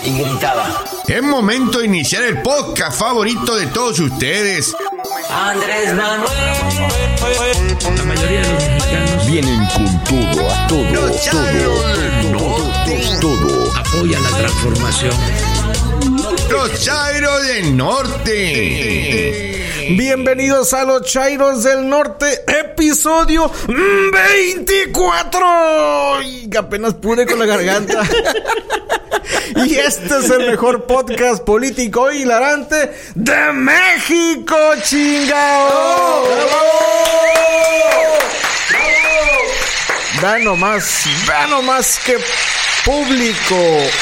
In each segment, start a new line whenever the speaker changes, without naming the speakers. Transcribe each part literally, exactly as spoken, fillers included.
y gritaba.
Es momento de iniciar el podcast favorito de todos ustedes.
Andrés Manuel.
La mayoría de los mexicanos
vienen con todo, a todo,
Los Chairos del Norte.
todo, todo.
apoyan la transformación.
Los Chairos del Norte.
Bienvenidos a los Chairos del Norte, episodio veinticuatro. Y apenas pude con la garganta. Y este es el mejor podcast político hilarante de México, chingao. Vean nomás, vean nomás que público.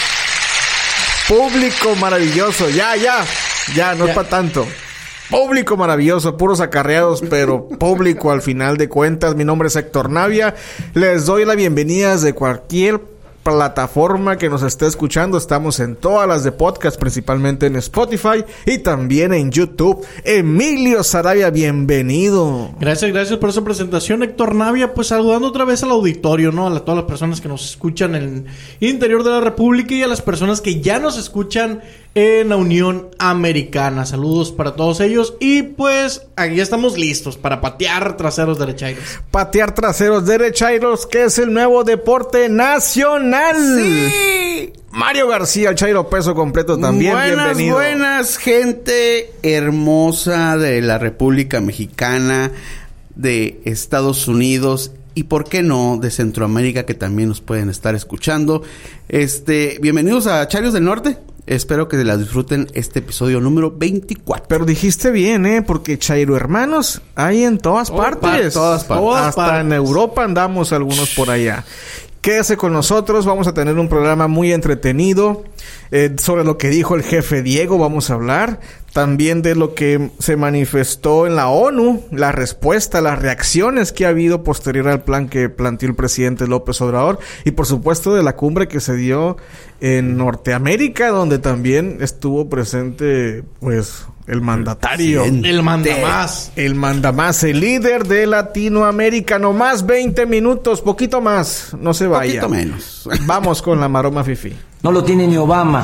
Público maravilloso. Ya, ya, ya, no ya. Es para tanto. Público maravilloso, puros acarreados, pero público al final de cuentas. Mi nombre es Héctor Navia. Les doy la bienvenida desde cualquier plataforma que nos esté escuchando. Estamos en todas las de podcast, principalmente en Spotify y también en YouTube. Emilio Sarabia, bienvenido.
Gracias, gracias por esa presentación, Héctor Navia. Pues saludando otra vez al auditorio, ¿no? A todas las personas que nos escuchan en el interior de la República y a las personas que ya nos escuchan en la Unión Americana. Saludos para todos ellos. Y pues aquí estamos listos para patear traseros derechairos.
Patear traseros derechairos, que es el nuevo deporte nacional.
Sí.
Mario García, el Chairo peso completo también.
Buenas,
bienvenido.
Buenas, gente hermosa de la República Mexicana, de Estados Unidos y por qué no de Centroamérica, que también nos pueden estar escuchando. Este, bienvenidos a Chairos del Norte. Espero que la disfruten este episodio número veinticuatro.
Pero dijiste bien, ¿eh? Porque Chairo hermanos hay en todas
oh,
partes.
Pa- todas partes.
Hasta
Todas partes.
En Europa andamos algunos por allá. Quédese con nosotros, vamos a tener un programa muy entretenido. Eh, sobre lo que dijo el jefe Diego vamos a hablar. También de lo que se manifestó en la ONU, la respuesta, las reacciones que ha habido posterior al plan que planteó el presidente López Obrador. Y por supuesto de la cumbre que se dio en Norteamérica, donde también estuvo presente, pues, el mandatario.
El mandamás.
El mandamás, el líder de Latinoamérica. No más veinte minutos, poquito más. No se vaya.
Poquito menos.
Vamos con la maroma fifí.
No lo tiene ni Obama.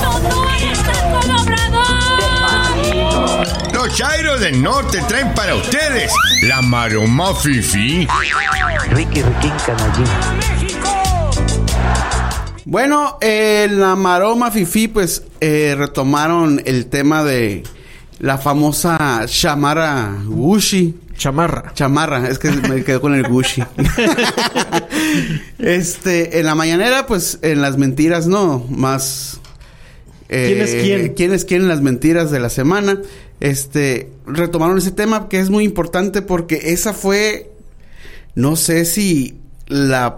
Los Chairos del Norte traen para ustedes la maroma fifí.
Ricky Riquín Canallín.
Bueno, en eh, la maroma fifí, pues, eh, retomaron el tema de la famosa chamarra Gucci.
Chamarra.
Chamarra, es que me quedo con el Gucci. Este, en la mañanera, pues, en las mentiras, no, más... Eh,
¿Quién es quién?
¿Quién es quién en las mentiras de la semana? Este, retomaron ese tema que es muy importante porque esa fue, no sé si la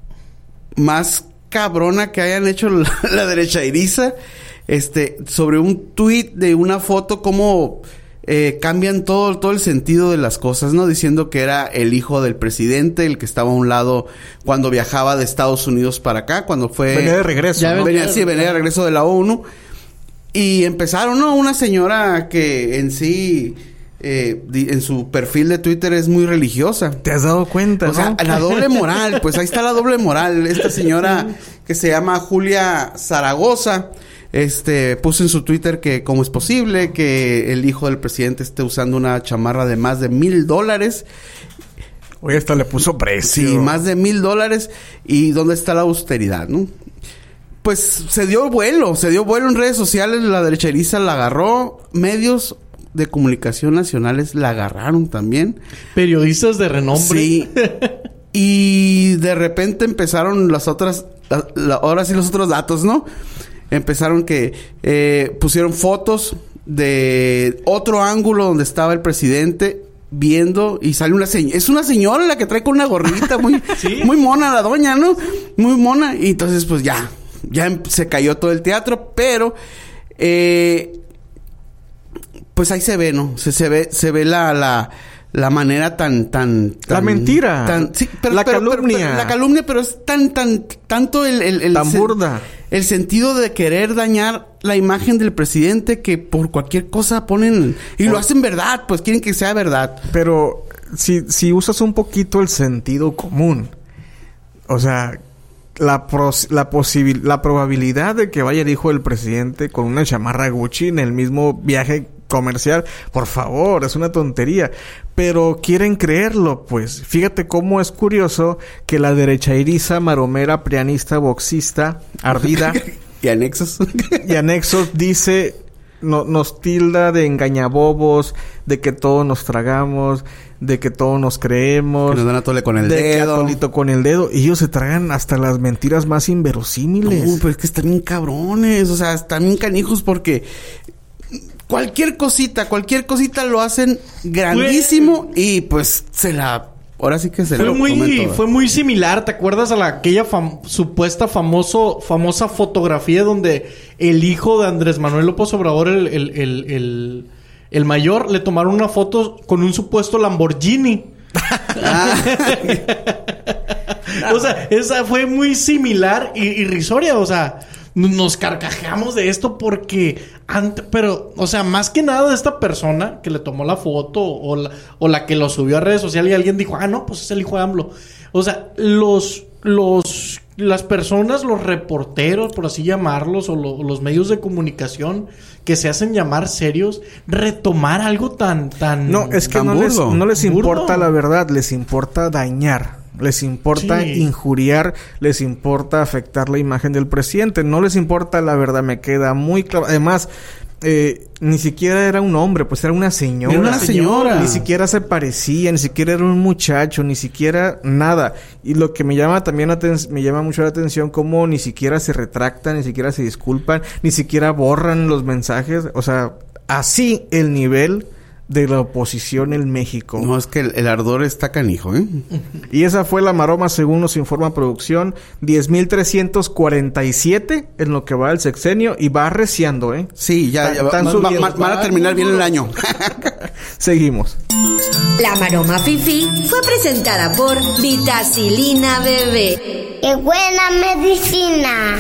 más cabrona que hayan hecho la, la derechairiza, este, sobre un tuit de una foto, como eh, cambian todo, todo el sentido de las cosas, ¿no? Diciendo que era el hijo del presidente, el que estaba a un lado cuando viajaba de Estados Unidos para acá, cuando fue...
Venía de regreso,
ya
¿no?
venía, sí, venía de regreso de la ONU. Y empezaron, ¿no? Una señora que en sí... Eh, di, en su perfil de Twitter es muy religiosa.
¿Te has dado cuenta?
O sea,
¿no?
la doble moral, pues ahí está la doble moral. Esta señora que se llama Julia Zaragoza, este, puso en su Twitter que cómo es posible que el hijo del presidente esté usando una chamarra de más de mil dólares.
Oye, hasta le puso precio.
Sí, más de mil dólares. ¿Y dónde está la austeridad, no? Pues se dio vuelo, se dio vuelo en redes sociales. La derechairiza la agarró, medios de comunicación nacionales la agarraron también.
Periodistas de renombre.
Sí. Y de repente empezaron las otras... La, la, ahora sí los otros datos, ¿no? Empezaron que... Eh, pusieron fotos de otro ángulo donde estaba el presidente viendo y sale una señora... Es una señora la que trae con una gorrita muy... ¿Sí? Muy mona la doña, ¿no? Muy mona. Y entonces pues ya... Ya se cayó todo el teatro, pero... Eh... Pues ahí se ve, ¿no? Se, se ve, se ve la, la, la manera tan, tan, tan...
La mentira.
Tan, sí, pero,
la
pero,
calumnia.
Pero, pero, la calumnia, pero es tan, tan, tanto el... el, el
tan
sen,
burda.
El sentido de querer dañar la imagen del presidente que por cualquier cosa ponen... Y oh. lo hacen verdad, pues quieren que sea verdad.
Pero si, si usas un poquito el sentido común... O sea... la, pros, la, posibil, la probabilidad de que vaya el hijo del presidente con una chamarra Gucci en el mismo viaje comercial, por favor, es una tontería. Pero quieren creerlo, pues. Fíjate cómo es curioso que la derechairiza, maromera, prianista, boxista, ardida...
y anexos.
y anexos dice... No, nos tilda de engañabobos, de que todo nos tragamos, de que todo nos creemos.
Que nos dan a tole con el
de
dedo.
Que atolito con el dedo. Y ellos se tragan hasta las mentiras más inverosímiles.
No, pero es que están bien cabrones. O sea, están bien canijos porque... Cualquier cosita, cualquier cosita lo hacen grandísimo. Fue... Y pues se la... Ahora sí que se
fue
lo
muy
comento.
Fue muy similar, ¿te acuerdas a la, aquella fam- supuesta famoso famosa fotografía donde el hijo de Andrés Manuel López Obrador, el, el, el, el, el mayor, le tomaron una foto con un supuesto Lamborghini? Ah. O sea, esa fue muy similar y irrisoria, o sea... Nos carcajeamos de esto porque... Ante, pero, o sea, más que nada esta persona que le tomó la foto o la, o la que lo subió a redes sociales y alguien dijo... Ah, no, pues es el hijo de AMLO. O sea, los... los las personas, los reporteros, por así llamarlos, o lo, los medios de comunicación que se hacen llamar serios, retomar algo tan... tan
no, es que no les, no les importa la verdad, les importa dañar. Les importa sí. injuriar, les importa afectar la imagen del presidente. No les importa la verdad, me queda muy claro. Además, eh, ni siquiera era un hombre, pues era una señora.
Era una señora.
Ni siquiera se parecía, ni siquiera era un muchacho, ni siquiera nada. Y lo que me llama también aten- me llama mucho la atención, como ni siquiera se retractan, ni siquiera se disculpan, ni siquiera borran los mensajes. O sea, así el nivel de la oposición en México.
No, es que el, el ardor está canijo, ¿eh?
Y esa fue la maroma, según nos informa producción. diez mil trescientos cuarenta y siete en lo que va el sexenio. Y va arreciando, ¿eh?
Sí, ya, ya
Tan,
va,
tan
va, va, van a terminar bien el año.
Seguimos.
La maroma fifí fue presentada por Vitacilina Bebé.
¡Qué buena medicina!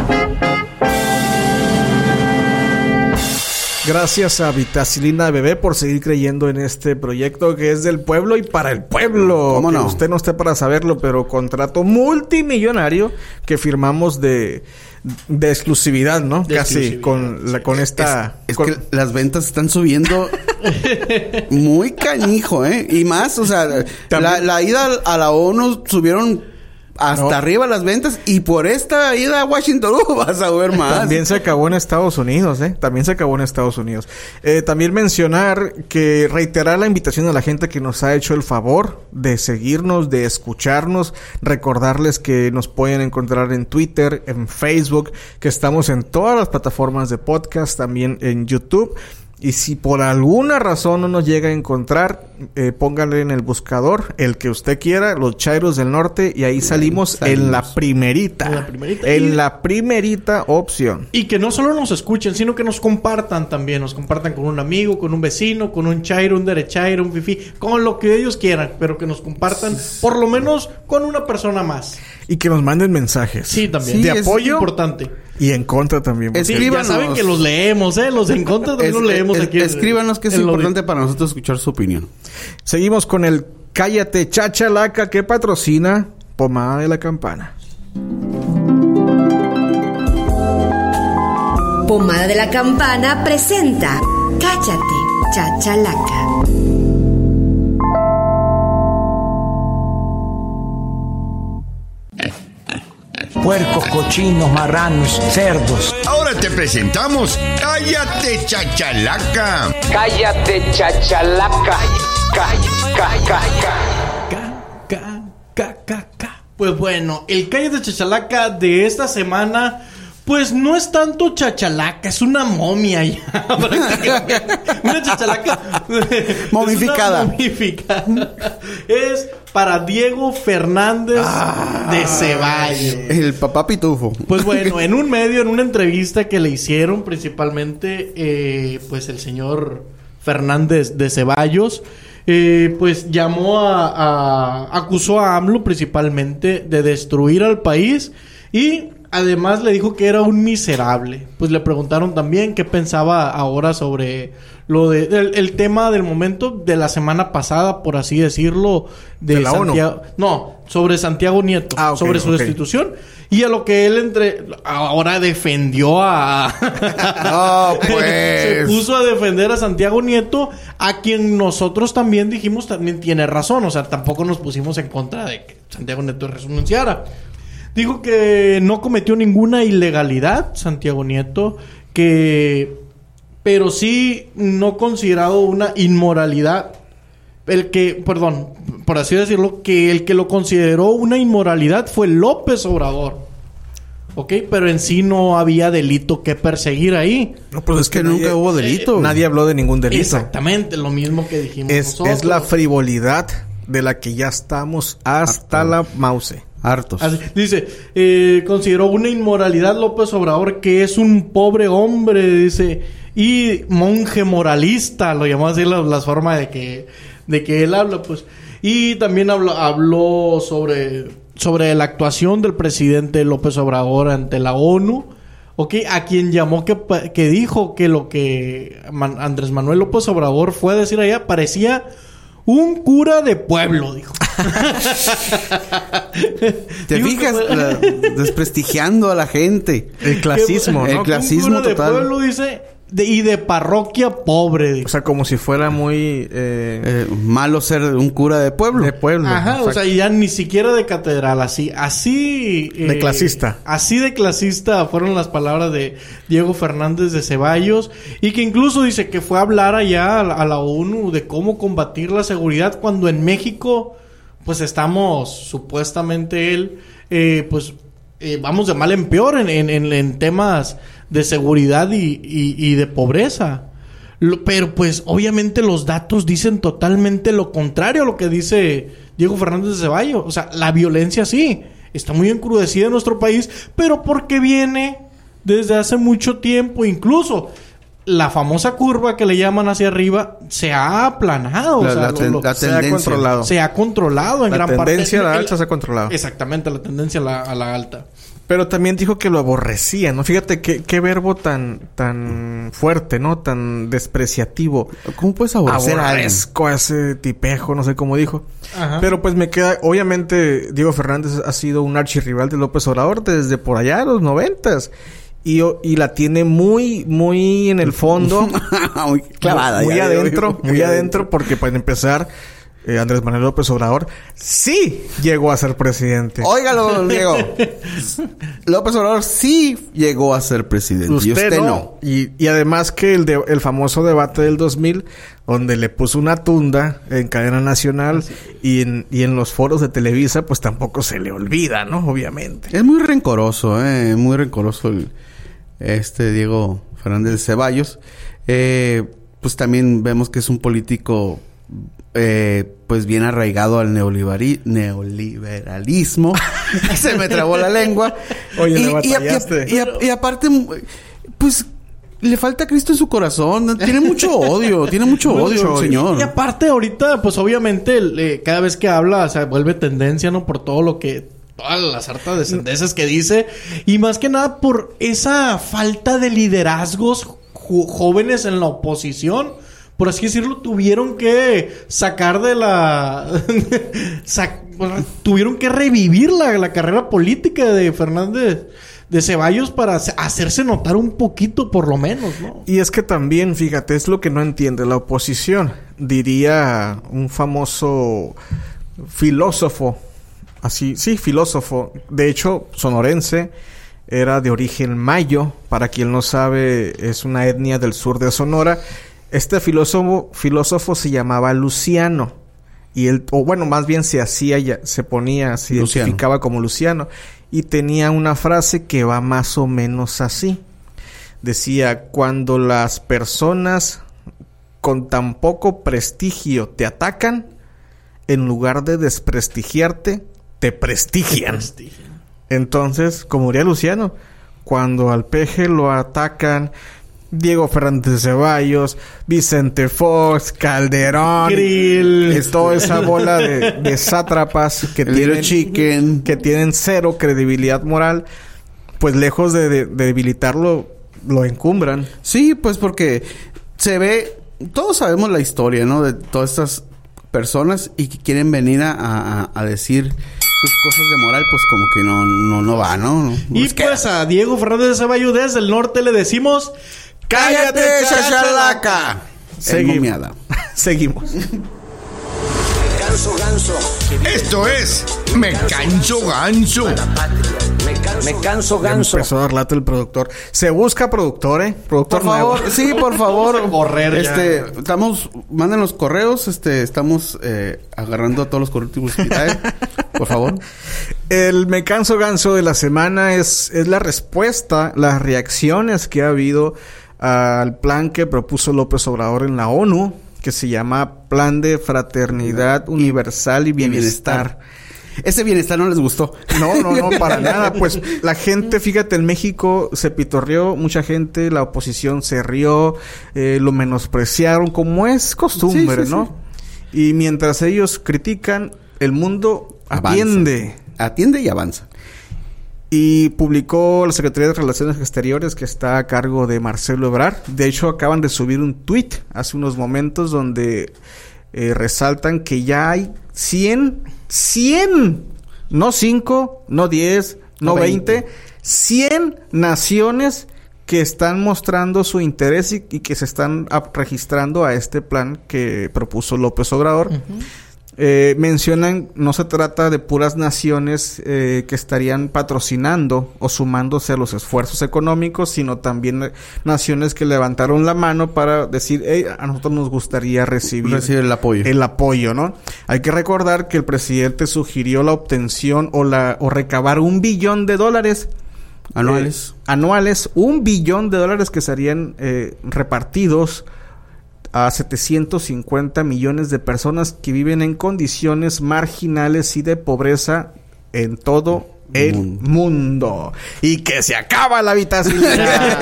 Gracias a Vitacilina Bebé por seguir creyendo en este proyecto que es del pueblo y para el pueblo.
¿Cómo no?
Que usted no esté para saberlo, pero contrato multimillonario que firmamos de, de exclusividad, ¿no?
De
Casi
exclusividad,
con la, con esta...
Es, es
con...
que las ventas están subiendo muy canijo, ¿eh? Y más, o sea, la, la ida a la ONU subieron... Hasta no. arriba las ventas. Y por esta ida a Washington uh, vas a ver más.
También se acabó en Estados Unidos, ¿eh? También se acabó en Estados Unidos. Eh, también mencionar que reiterar la invitación a la gente que nos ha hecho el favor de seguirnos, de escucharnos. Recordarles que nos pueden encontrar en Twitter, en Facebook, que estamos en todas las plataformas de podcast, también en YouTube. Y si por alguna razón no nos llega a encontrar, eh, póngale en el buscador el que usted quiera, los Chairos del Norte, y ahí salimos, salimos. en la primerita. En la primerita. En y... la primerita opción.
Y que no solo nos escuchen, sino que nos compartan también. Nos compartan con un amigo, con un vecino, con un Chairo, un derechairo, un fifí, con lo que ellos quieran, pero que nos compartan por lo menos con una persona más.
Y que nos manden mensajes.
Sí, también.
Sí, de
es
apoyo.
Importante.
Y en contra también.
Sí, ya saben que los leemos, ¿eh? Los en contra también es, los leemos
es,
aquí.
Escríbanos que es importante para nosotros escuchar su opinión.
Seguimos con el Cállate Chachalaca que patrocina Pomada de la Campana.
Pomada de la Campana presenta Cállate Chachalaca.
Puercos, cochinos, marranos, cerdos.
Ahora te presentamos Cállate Chachalaca.
Cállate Chachalaca.
Pues bueno, el Cállate Chachalaca de esta semana, pues no es tanto chachalaca, es una momia ya. Una chachalaca
momificada.
Es una momificada. Es para Diego Fernández ah, de Ceballos.
El papá pitufo.
Pues bueno, en un medio, en una entrevista que le hicieron principalmente, eh, pues el señor Fernández de Ceballos, eh, pues llamó a, a... acusó a AMLO principalmente de destruir al país y... además le dijo que era un miserable. Pues le preguntaron también qué pensaba ahora sobre lo de el, el tema del momento de la semana pasada, por así decirlo, de,
¿De la
Santiago.
ONU?
No, sobre Santiago Nieto, ah, okay, sobre su okay. destitución. Y a lo que él entre... ahora defendió a...
Oh, pues.
Se puso a defender a Santiago Nieto, a quien nosotros también dijimos también tiene razón. O sea, tampoco nos pusimos en contra de que Santiago Nieto renunciara. Dijo que no cometió ninguna ilegalidad, Santiago Nieto, que... pero sí no considerado una inmoralidad. El que, perdón, por así decirlo, que el que lo consideró una inmoralidad fue López Obrador. ¿Ok? Pero en sí no había delito que perseguir ahí.
No, pues es que nadie,
nunca hubo delito.
Eh, nadie habló de ningún delito.
Exactamente, lo mismo que dijimos
es,
nosotros.
Es la frivolidad de la que ya estamos hasta
Harto.
la mause.
Hartos.
Así, dice, eh, consideró una inmoralidad López Obrador que es un pobre hombre, dice, y monje moralista, lo llamó así las, las formas de que, de que él habla, pues. Y también habló, habló sobre, sobre la actuación del presidente López Obrador ante la ONU, ¿ok? A quien llamó que, que dijo que lo que Man, Andrés Manuel López Obrador fue a decir allá parecía un cura de pueblo, dijo.
¿Te
Digo
fijas?
que...
La, desprestigiando a la gente.
El clasismo,
que,
¿no?
El clasismo
un cura
total.
de pueblo, dice, de, y de parroquia pobre, dijo.
O sea, como si fuera muy... Eh,
Eh, malo ser un cura de pueblo.
de pueblo.
Ajá,
Exacto.
o sea, ya ni siquiera de catedral, así, así...
De
eh,
clasista.
Así de clasista fueron las palabras de Diego Fernández de Ceballos, y que incluso dice que fue a hablar allá a la, a la ONU de cómo combatir la seguridad cuando en México, pues estamos, supuestamente él, eh, pues eh, vamos de mal en peor en, en, en, en temas de seguridad y, y, y de pobreza. Lo, pero pues obviamente los datos dicen totalmente lo contrario a lo que dice Diego Fernández de Ceballos. O sea, la violencia sí está muy encrudecida en nuestro país, pero porque viene desde hace mucho tiempo. Incluso la famosa curva que le llaman hacia arriba se ha aplanado.
La,
o sea,
la,
lo,
ten,
lo,
la
se ha
tendencia.
controlado.
se ha controlado en
La
gran parte.
tendencia a la
El-
alza se ha controlado.
Exactamente, la tendencia a la, a la alta.
Pero también dijo que lo aborrecía, ¿no? Fíjate qué, qué verbo tan, tan fuerte, ¿no? Tan despreciativo.
¿Cómo puedes aborrecer a alguien?
Aborrezco a ese tipejo, no sé cómo dijo.
Ajá.
Pero pues me queda... Obviamente, Diego Fernández ha sido un archirrival de López Obrador desde por allá, los noventas. Y, y la tiene muy, muy en el fondo.
Muy clavada.
Muy
ya,
adentro,
muy,
muy adentro, porque para empezar... Eh, Andrés Manuel López Obrador sí llegó a ser presidente.
Óigalo, Diego. López Obrador sí llegó a ser presidente.
Usted,
y usted
no.
no.
Y, y además que el, de, el famoso debate del dos mil, donde le puso una tunda en cadena nacional y en, y en los foros de Televisa, pues tampoco se le olvida, ¿no? Obviamente.
Es muy rencoroso, eh. Muy rencoroso el, este Diego Fernández de Ceballos. Eh, pues también vemos que es un político... Eh, pues bien arraigado al neoliberi- neoliberalismo. Se me trabó la lengua.
Oye,
y,
le
y, a-
batallaste.
y, a- y aparte, pues le falta Cristo en su corazón. Tiene mucho odio, tiene mucho
Mucho
odio el
odio.
señor.
Y aparte ahorita, pues obviamente, eh, cada vez que habla, se vuelve tendencia, ¿no? Por todo lo que... todas las hartas de sandeces que dice. Y más que nada por esa falta de liderazgos jo- jóvenes en la oposición. Por así decirlo, tuvieron que sacar de la... sac- tuvieron que revivir la, la carrera política de Fernández de Ceballos para hacerse notar un poquito, por lo menos, ¿no?
Y es que también, fíjate, es lo que no entiende la oposición. Diría un famoso filósofo, así, sí, filósofo, de hecho, sonorense, era de origen mayo, para quien no sabe, es una etnia del sur de Sonora. Este filósofo, filósofo se llamaba Luciano, y él, o bueno, más bien se hacía, ya, se ponía, se
Luciano.
identificaba como Luciano, y tenía una frase que va más o menos así. Decía, cuando las personas con tan poco prestigio te atacan, en lugar de desprestigiarte, te prestigian. Entonces, como diría Luciano, cuando al peje lo atacan Diego Fernández de Ceballos, Vicente Fox, Calderón,
Krill,
es toda esa bola de, de sátrapas que
El Little
tienen,
Chicken.
que tienen cero credibilidad moral, pues lejos de, de, de debilitarlo, lo encumbran.
Sí, pues porque se ve... Todos sabemos la historia, ¿no? De todas estas personas y que quieren venir a, a, a decir sus cosas de moral, pues como que no, no, no va, ¿no? no
y pues queda. A Diego Fernández de Ceballos desde el norte le decimos...
¡Cállate, chachalaca!
Seguimos. Seguimos.
Ganso, ganso. Esto es Me Canso Ganso.
Me canso ganso.
Empezó a dar lata el productor. Se busca productor, ¿eh? Productor
por favor,
nuevo.
sí, por favor.
Correr
este, ya. Estamos, manden los correos, este, estamos eh, agarrando a todos los currículos que traen. Por favor.
El Me Canso Ganso de la semana es, es la respuesta, las reacciones que ha habido al plan que propuso López Obrador en la ONU, que se llama Plan de Fraternidad Universal y Bienestar.
Ese bienestar no les gustó.
No, no, no, para nada. Pues la gente, fíjate, en México se pitorreó, mucha gente, la oposición se rió, eh, lo menospreciaron, como es costumbre, sí, sí, ¿no? Sí. Y mientras ellos critican, el mundo
avanza.
atiende.
Atiende y avanza.
Y publicó la Secretaría de Relaciones Exteriores, que está a cargo de Marcelo Ebrard. De hecho, acaban de subir un tuit hace unos momentos donde eh, resaltan que ya hay cien, cien, no cinco, no diez, no veinte, cien naciones que están mostrando su interés y, y que se están a, registrando a este plan que propuso López Obrador. Uh-huh. Eh, mencionan, no se trata de puras naciones eh, que estarían patrocinando o sumándose a los esfuerzos económicos, sino también naciones que levantaron la mano para decir, hey, a nosotros nos gustaría recibir,
recibir el apoyo.
El apoyo, ¿no? Hay que recordar que el presidente sugirió la obtención o la o recabar un billón de dólares
anuales,
eh, anuales, un billón de dólares que serían eh, repartidos a setecientos cincuenta millones de personas que viven en condiciones marginales y de pobreza en todo el mundo. mundo. Y que se acaba la vitacilina.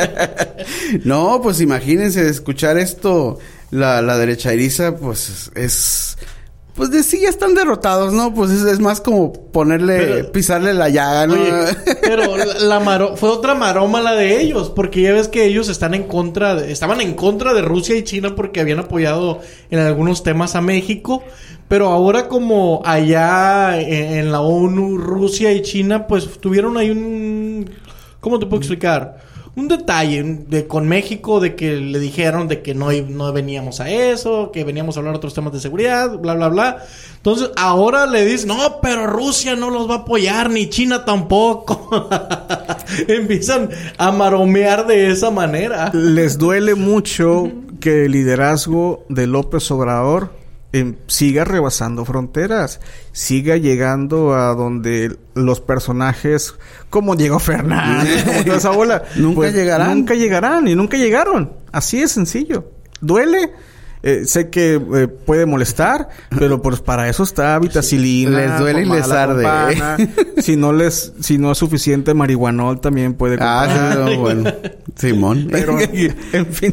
No, pues imagínense escuchar esto, la, la derecha eriza, pues es... Pues de sí ya están derrotados, ¿no? Pues es, es más como ponerle, pero, pisarle la llaga, ¿no?
Oye, pero la, la maro, fue otra maroma la de ellos, porque ya ves que ellos están en contra, de, estaban en contra de Rusia y China porque habían apoyado en algunos temas a México, pero ahora como allá en, en la ONU, Rusia y China, pues tuvieron ahí un, ¿cómo te puedo explicar? Un detalle de con México de que le dijeron de que no, no veníamos a eso, que veníamos a hablar de otros temas de seguridad, bla, bla, bla. Entonces, ahora le dicen, no, pero Rusia no los va a apoyar, ni China tampoco. Empiezan a maromear de esa manera.
Les duele mucho que el liderazgo de López Obrador eh, siga rebasando fronteras, siga llegando a donde los personajes como Diego Fernández, como toda esa bola,
nunca
pues,
llegarán.
Nunca llegarán y nunca llegaron. Así de sencillo. Duele. Eh, sé que eh, puede molestar, pero pues para eso está vitacilina.
Les duele y les arde.
Si no les, si no es suficiente marihuanol, también puede comprar.
Ah, no, bueno. Simón.
Pero, en fin.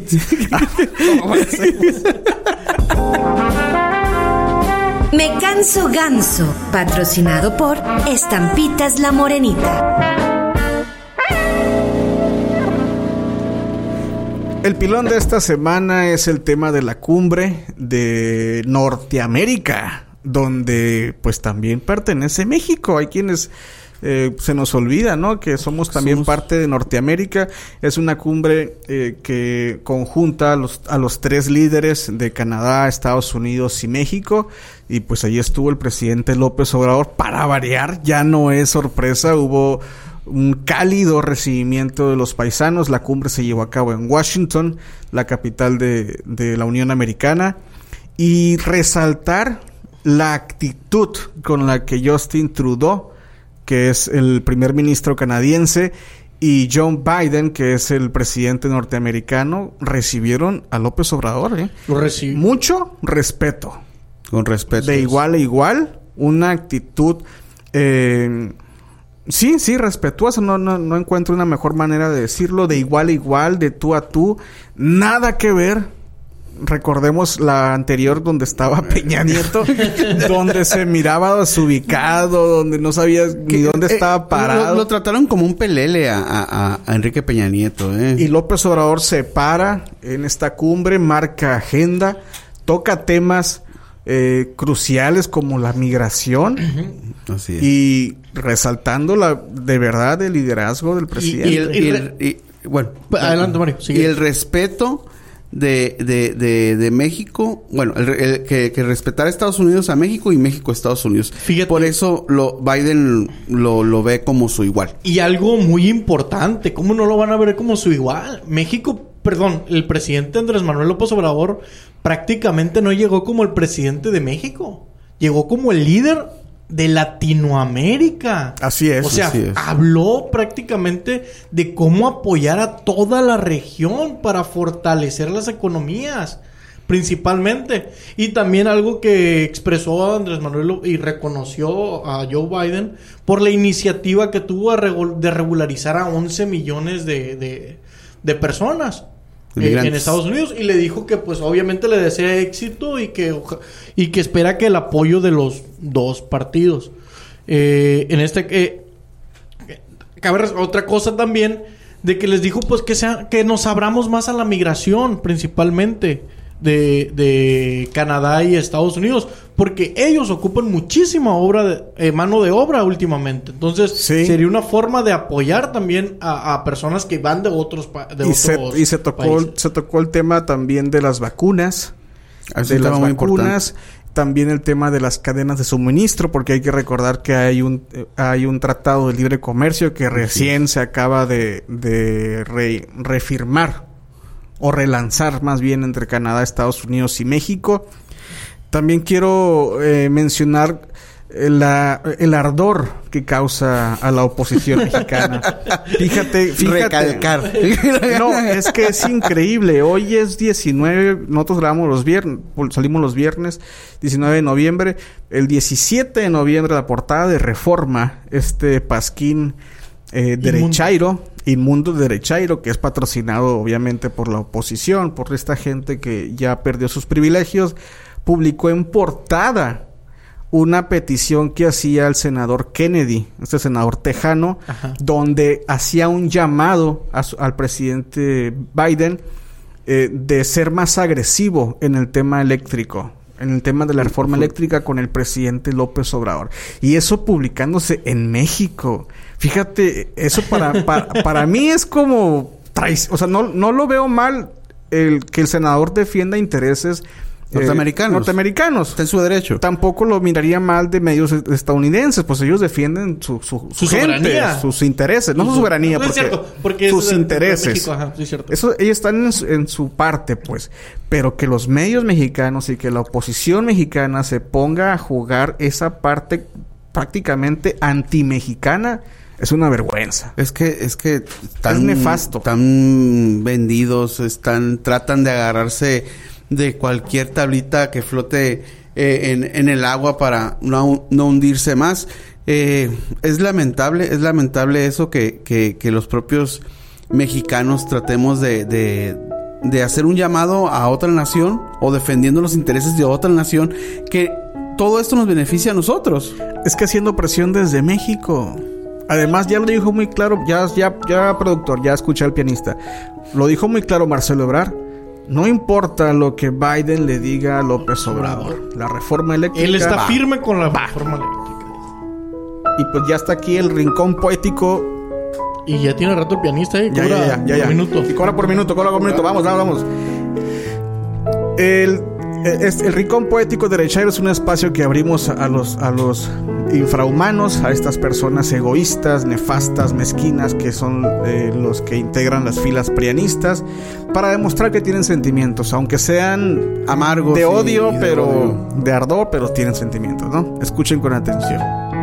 Me Canso Ganso, patrocinado por Estampitas La Morenita.
El pilón de esta semana es el tema de la cumbre de Norteamérica, donde pues también pertenece México. Hay quienes eh, se nos olvida, ¿no? Que somos también somos... parte de Norteamérica. Es una cumbre eh, que conjunta a los, a los tres líderes de Canadá, Estados Unidos y México. Y pues allí estuvo el presidente López Obrador. Para variar, ya no es sorpresa, hubo un cálido recibimiento de los paisanos. La cumbre se llevó a cabo en Washington, la capital de, de la Unión Americana. Y resaltar la actitud con la que Justin Trudeau, que es el primer ministro canadiense, y John Biden, que es el presidente norteamericano, recibieron a López Obrador, ¿eh?
Lo recibió.
Mucho respeto.
Con respeto.
De igual a igual, una actitud... Eh, Sí, sí, respetuosa, no, no, no encuentro una mejor manera de decirlo, de igual a igual, de tú a tú, nada que ver. Recordemos la anterior donde estaba Peña Nieto, donde se miraba desubicado, donde no sabías ni dónde eh, estaba parado.
Lo, lo trataron como un pelele a, a, a Enrique Peña Nieto, eh.
Y López Obrador se para en esta cumbre, marca agenda, toca temas eh, cruciales como la migración.
Uh-huh. Así es.
Y resaltando la de verdad el liderazgo del presidente.
Y, y, el, y, el, y bueno,
adelante, Mario. Sigue.
Y el respeto de, de, de, de México, bueno, el, el, que, que respetar a Estados Unidos a México y México a Estados Unidos.
Fíjate.
Por eso lo Biden lo, lo ve como su igual.
Y algo muy importante, ¿cómo no lo van a ver como su igual? México, perdón, el presidente Andrés Manuel López Obrador prácticamente no llegó como el presidente de México. Llegó como el líder de Latinoamérica.
Así es.
O sea,
así es.
habló prácticamente de cómo apoyar a toda la región para fortalecer las economías, principalmente. Y también algo que expresó Andrés Manuel y reconoció a Joe Biden por la iniciativa que tuvo a regu- de regularizar a once millones de, de, de personas. Eh, en Estados Unidos, y le dijo que pues obviamente le desea éxito y que y que espera que el apoyo de los dos partidos eh, en este eh, cabe otra cosa también de que les dijo pues que sea que nos abramos más a la migración principalmente de, de Canadá y Estados Unidos, porque ellos ocupan muchísima obra de, eh, mano de obra últimamente. Entonces, sí. sería una forma de apoyar también a, a personas que van de otros países.
Y, se, y se tocó se tocó el tema también de las vacunas.
Es
de
un
las
tema muy
vacunas.
importante.
También el tema de las cadenas de suministro, porque hay que recordar que hay un hay un tratado de libre comercio que recién sí. se acaba de, de re, refirmar o relanzar más bien entre Canadá, Estados Unidos y México. También quiero eh, mencionar la, el ardor que causa a la oposición mexicana. Fíjate, fíjate.
Recalcar.
No, es que es increíble. Hoy es diecinueve, nosotros grabamos los viernes, salimos los viernes, diecinueve de noviembre. El diecisiete de noviembre, la portada de Reforma, este pasquín eh, derechairo, inmundo derechairo, que es patrocinado obviamente por la oposición, por esta gente que ya perdió sus privilegios, publicó en portada una petición que hacía el senador Kennedy, este senador tejano, Ajá. donde hacía un llamado a su, al presidente Biden eh, de ser más agresivo en el tema eléctrico, en el tema de la reforma eléctrica con el presidente López Obrador. Y eso publicándose en México. Fíjate, eso para, para, para mí es como traición. O sea, no, no lo veo mal el que el senador defienda intereses
norteamericanos.
Eh, norteamericanos.
Está en su derecho.
Tampoco lo miraría mal de medios estadounidenses, pues ellos defienden su, su, su,
su
gente,
soberanía.
Sus intereses. No su, su soberanía,
no,
porque,
es cierto, porque
sus
es
intereses.
México, ajá, sí, es cierto.
Eso, ellos están en su, en su parte, pues. Pero que los medios mexicanos y que la oposición mexicana se ponga a jugar esa parte prácticamente anti-mexicana, es una vergüenza.
Es que, es que
tan, es nefasto.
Están vendidos, están, tratan de agarrarse de cualquier tablita que flote eh, en, en el agua para no, no hundirse más. Eh, es lamentable, es lamentable eso que, que, que los propios mexicanos tratemos de, de, de hacer un llamado a otra nación o defendiendo los intereses de otra nación, que todo esto nos beneficia a nosotros.
Es que haciendo presión desde México. Además, ya lo dijo muy claro, ya, ya, ya productor, ya escuché al pianista. Lo dijo muy claro Marcelo Ebrard. No importa lo que Biden le diga a López Obrador. La reforma eléctrica...
Él está
va.
firme con la va. reforma eléctrica.
Y pues ya está aquí el rincón poético.
Y ya tiene rato el pianista ahí.
Ya,
cobra
ya, ya, ya, ya.
por minuto.
Y cobra por minuto, cobra por minuto. Vamos, vamos, vamos. El... Es, el Rincón Poético Derechairo es un espacio que abrimos a los, a los infrahumanos, a estas personas egoístas, nefastas, mezquinas, que son eh, los que integran las filas prianistas, para demostrar que tienen sentimientos, aunque sean
amargos
de odio,
y, y de
pero
odio.
de ardor, pero tienen sentimientos, ¿no? Escuchen con atención.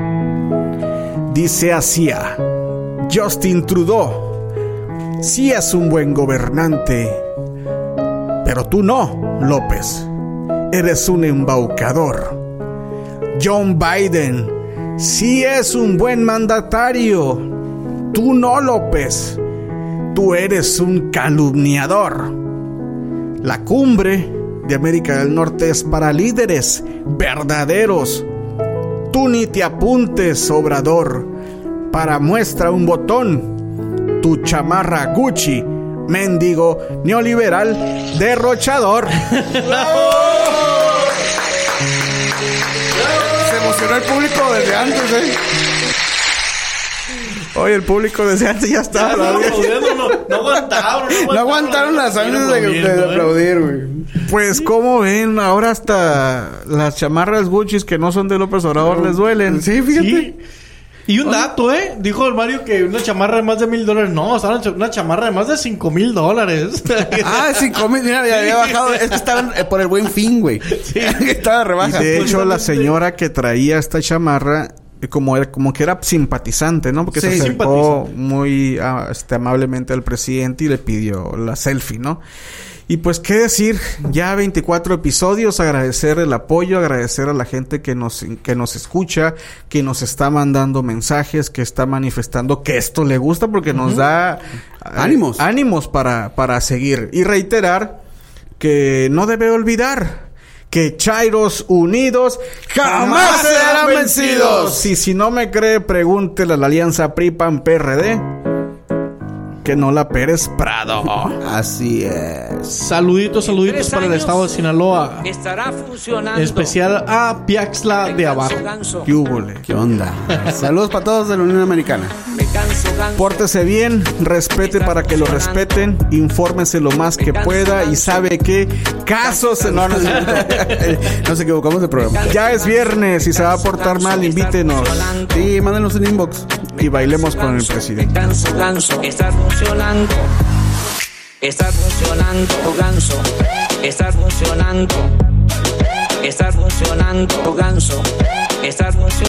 Dice así: Justin Trudeau sí es un buen gobernante, pero tú no, López. Eres un embaucador. John Biden sí es un buen mandatario. Tú no, López. Tú eres un calumniador. La cumbre de América del Norte es para líderes verdaderos. Tú ni te apuntes, Obrador. Para muestra un botón. Tu chamarra Gucci, mendigo neoliberal derrochador.
emocionó el público desde antes, ¿eh?
Oye, el público desde antes ya estaba.
No, no, no, no aguantaron.
No aguantaron las ganas de, de, de aplaudir, güey.
Pues, como ven, ahora hasta las chamarras Gucci que no son de López Obrador les duelen.
Sí, fíjate.
Sí. Y un dato, ¿eh? Dijo el Mario que una chamarra de más de mil dólares. No, estaban una chamarra de más de cinco mil dólares.
Ah, cinco mil. Mira, ya había bajado. Es que estaban eh, por el Buen Fin, güey. Sí. Estaba rebaja.
Y de hecho, la señora que traía esta chamarra, como era, como que era simpatizante, ¿no? Porque
Sí,
se acercó
simpatizante.
muy ah, este, amablemente al presidente y le pidió la selfie, ¿no? Y pues, ¿qué decir? Ya veinticuatro episodios, agradecer el apoyo, agradecer a la gente que nos, que nos escucha, que nos está mandando mensajes, que está manifestando que esto le gusta porque nos da...
Ánimos.
eh, ánimos para, para seguir. Y reiterar que no debe olvidar que Chairos unidos jamás serán vencidos. Y si no me cree, pregúntele a la alianza P R I P A N P R D. Que no la Pérez Prado.
Así es.
Saluditos, saluditos para el estado de Sinaloa.
Estará funcionando.
Especial a Piaxtla de abajo.
Ganso,
¿Qué húbole?
¿Qué onda? Saludos para todos de la Unión Americana.
me canso, ganso.
Pórtese bien, respete para que lo respeten, infórmese lo más que pueda y sabe que casos... No, no,
Nos equivocamos de programa.
ya es viernes y se va a portar mal, invítenos
Sí, mándenos un inbox.
y bailemos con el presidente.
Ganso, ganso, está funcionando. Está funcionando, ganso. Está funcionando. Está funcionando, ganso. Está funcionando.